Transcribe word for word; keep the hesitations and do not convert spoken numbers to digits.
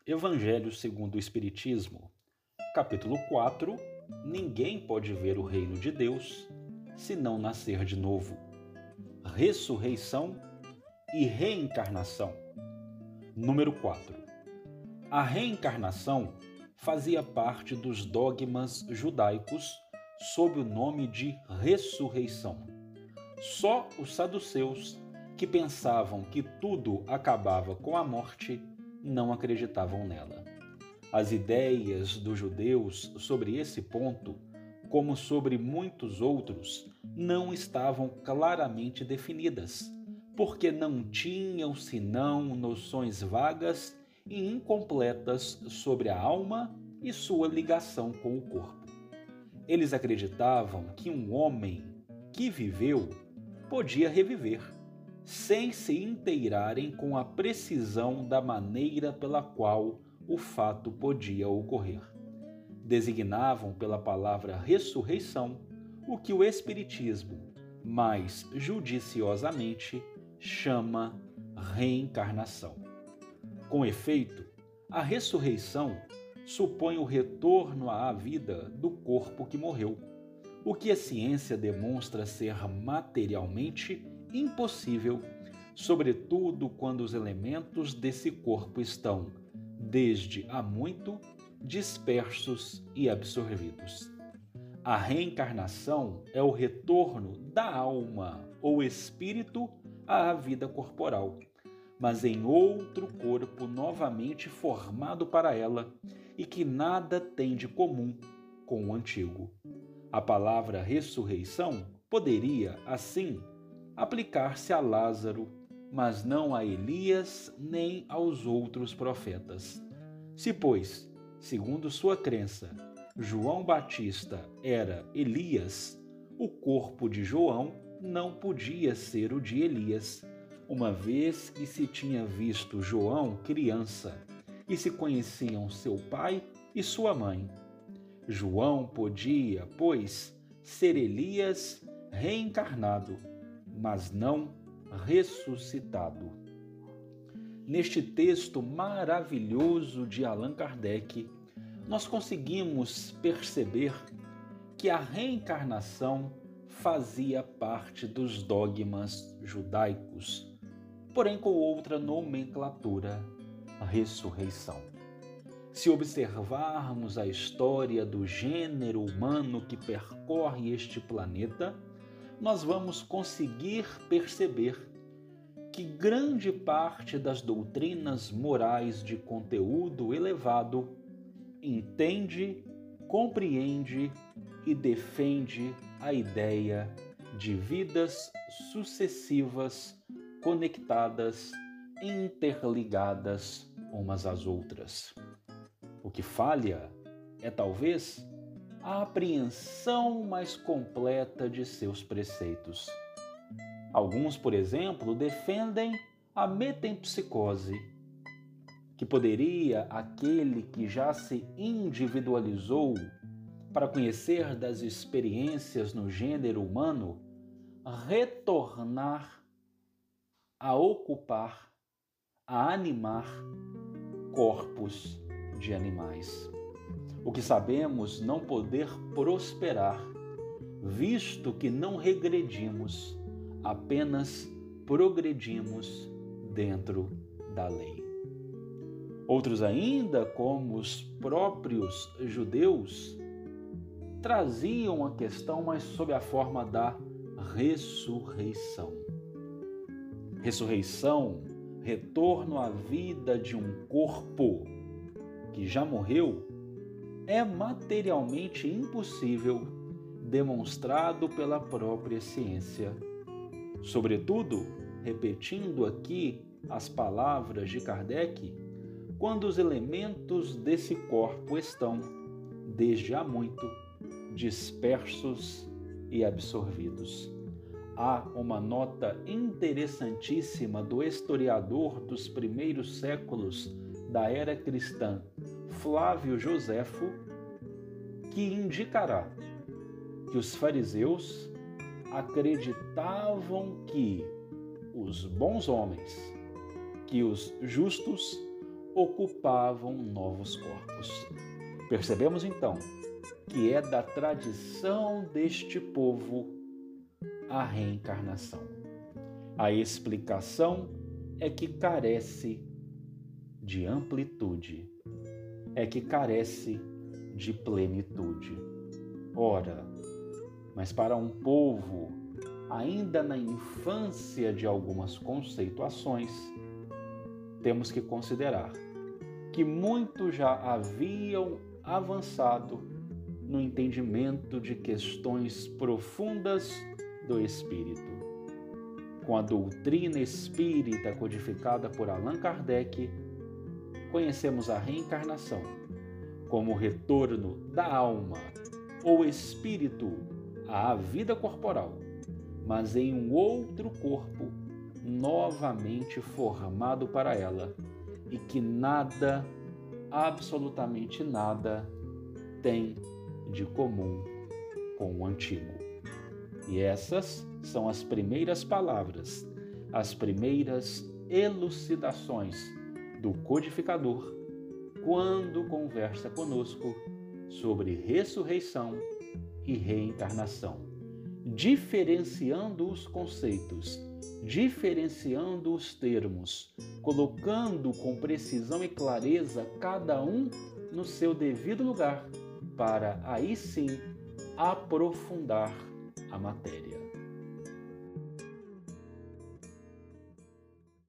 Evangelho segundo o Espiritismo, capítulo quatro. Ninguém pode ver o reino de Deus se não nascer de novo. Ressurreição e reencarnação. Número quatro. A reencarnação fazia parte dos dogmas judaicos sob o nome de ressurreição. Só os saduceus, que pensavam que tudo acabava com a morte, não acreditavam nela. As ideias dos judeus sobre esse ponto, como sobre muitos outros, não estavam claramente definidas, porque não tinham senão noções vagas e incompletas sobre a alma e sua ligação com o corpo. Eles acreditavam que um homem que viveu podia reviver, sem se inteirarem com a precisão da maneira pela qual o fato podia ocorrer. Designavam pela palavra ressurreição o que o Espiritismo, mais judiciosamente, chama reencarnação. Com efeito, a ressurreição supõe o retorno à vida do corpo que morreu, o que a ciência demonstra ser materialmente impossível, sobretudo quando os elementos desse corpo estão, desde há muito, dispersos e absorvidos. A reencarnação é o retorno da alma ou espírito à vida corporal, mas em outro corpo novamente formado para ela e que nada tem de comum com o antigo. A palavra ressurreição poderia, assim, aplicar-se a Lázaro, mas não a Elias nem aos outros profetas. Se, pois, segundo sua crença, João Batista era Elias, o corpo de João não podia ser o de Elias, uma vez que se tinha visto João criança e se conheciam seu pai e sua mãe. João podia, pois, ser Elias reencarnado, mas não ressuscitado. Neste texto maravilhoso de Allan Kardec, nós conseguimos perceber que a reencarnação fazia parte dos dogmas judaicos, porém com outra nomenclatura, a ressurreição. Se observarmos a história do gênero humano que percorre este planeta, nós vamos conseguir perceber que grande parte das doutrinas morais de conteúdo elevado entende, compreende e defende a ideia de vidas sucessivas, conectadas e interligadas umas às outras. O que falha é, talvez, a apreensão mais completa de seus preceitos. Alguns, por exemplo, defendem a metempsicose, que poderia aquele que já se individualizou para conhecer das experiências no gênero humano retornar a ocupar, a animar corpos de animais. O que sabemos não poder prosperar, visto que não regredimos, apenas progredimos dentro da lei. Outros ainda, como os próprios judeus, traziam a questão, mas sob a forma da ressurreição. Ressurreição, retorno à vida de um corpo que já morreu, é materialmente impossível, demonstrado pela própria ciência. Sobretudo, repetindo aqui as palavras de Kardec, quando os elementos desse corpo estão, desde há muito, dispersos e absorvidos. Há uma nota interessantíssima do historiador dos primeiros séculos da era cristã, Flávio Joséfo, que indicará que os fariseus acreditavam que os bons homens, que os justos ocupavam novos corpos. Percebemos então que é da tradição deste povo a reencarnação. A explicação é que carece de amplitude, é que carece de plenitude. Ora, mas para um povo ainda na infância de algumas conceituações, temos que considerar que muitos já haviam avançado no entendimento de questões profundas do espírito. Com a doutrina espírita codificada por Allan Kardec, conhecemos a reencarnação como o retorno da alma ou espírito à vida corporal, mas em um outro corpo novamente formado para ela e que nada, absolutamente nada, tem de comum com o antigo. E essas são as primeiras palavras, as primeiras elucidações do codificador quando conversa conosco sobre ressurreição e reencarnação, diferenciando os conceitos, diferenciando os termos, colocando com precisão e clareza cada um no seu devido lugar, para aí sim aprofundar a matéria.